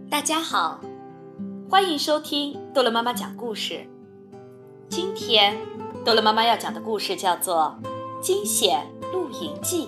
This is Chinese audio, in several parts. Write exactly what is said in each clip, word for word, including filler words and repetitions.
大家好，欢迎收听逗乐妈妈讲故事。今天逗乐妈妈要讲的故事叫做《惊险露营记》。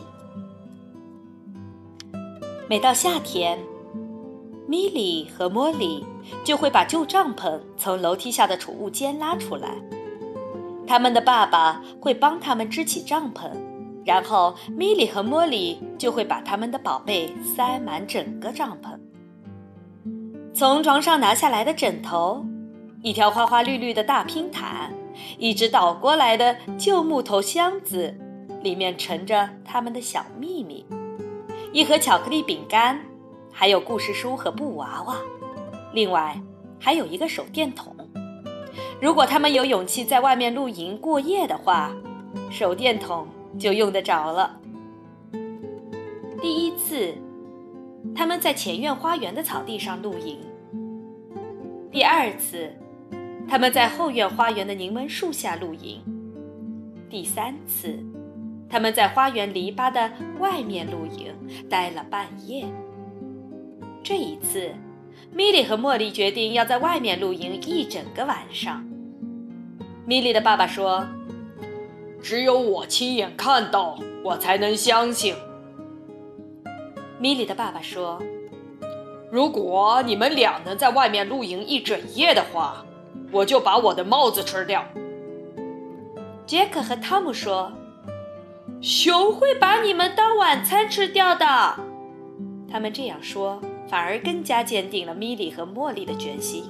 每到夏天，米莉和莫莉就会把旧帐篷从楼梯下的储物间拉出来，他们的爸爸会帮他们支起帐篷，然后米莉和莫莉就会把他们的宝贝塞满整个帐篷。从床上拿下来的枕头，一条花花绿绿的大拼毯，一只倒过来的旧木头箱子，里面盛着他们的小秘密，一盒巧克力饼干，还有故事书和布娃娃，另外还有一个手电筒。如果他们有勇气在外面露营过夜的话，手电筒就用得着了。第一次他们在前院花园的草地上露营，第二次他们在后院花园的柠檬树下露营，第三次他们在花园篱笆的外面露营，待了半夜。这一次米莉和茉莉决定要在外面露营一整个晚上。米莉的爸爸说， 只有我亲眼看到，我才能相信。 米莉的爸爸说， 如果你们俩能在外面露营一整夜的话，我就把我的帽子吃掉。 杰克和汤姆说，熊会把你们当晚餐吃掉的。他们这样说，反而更加坚定了米莉和茉莉的决心。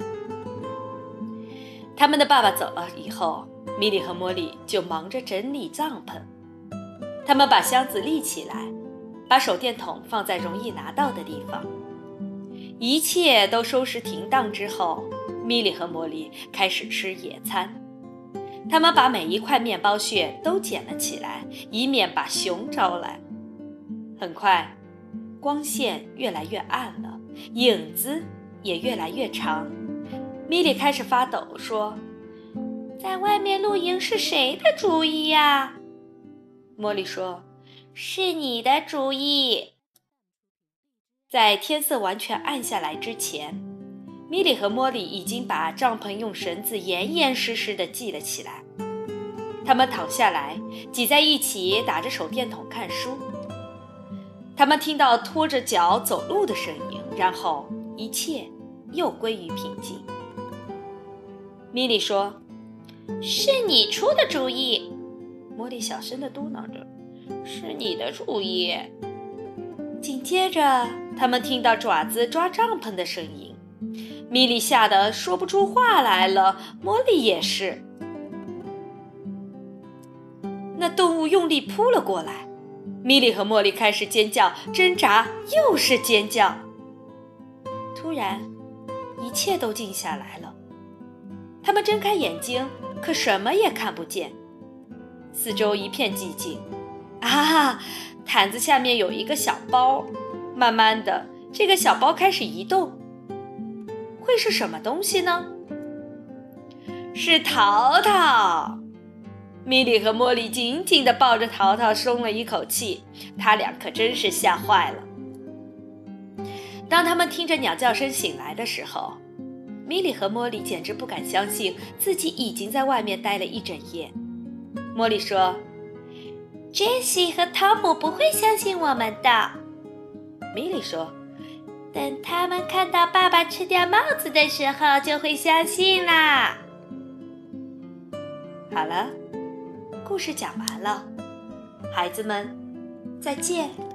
他们的爸爸走了以后，米莉和茉莉就忙着整理帐篷。他们把箱子立起来，把手电筒放在容易拿到的地方。一切都收拾停当之后，米莉和茉莉开始吃野餐。他们把每一块面包屑都捡了起来，以免把熊招来。很快，光线越来越暗了，影子也越来越长。米莉开始发抖，说，在外面露营是谁的主意呀？茉莉说，是你的主意。在天色完全暗下来之前，米莉和茉莉已经把帐篷用绳子严严实实地系了起来。他们躺下来，挤在一起，打着手电筒看书。他们听到拖着脚走路的声音，然后一切又归于平静。米莉说，是你出的主意。茉莉小声地嘟囔着，是你的主意。紧接着他们听到爪子抓帐篷的声音，米莉吓得说不出话来了，茉莉也是。那动物用力扑了过来，米莉和茉莉开始尖叫挣扎，又是尖叫。突然一切都静下来了，他们睁开眼睛，可什么也看不见。四周一片寂静。啊，毯子下面有一个小包，慢慢的这个小包开始移动。会是什么东西呢？是淘淘。米莉和茉莉紧紧地抱着淘淘，松了一口气，他俩可真是吓坏了。当他们听着鸟叫声醒来的时候，米莉和茉莉简直不敢相信自己已经在外面待了一整夜。茉莉说，杰西和汤姆不会相信我们的。米莉说，等他们看到爸爸吃掉帽子的时候就会相信啦。好了，故事讲完了，孩子们，再见。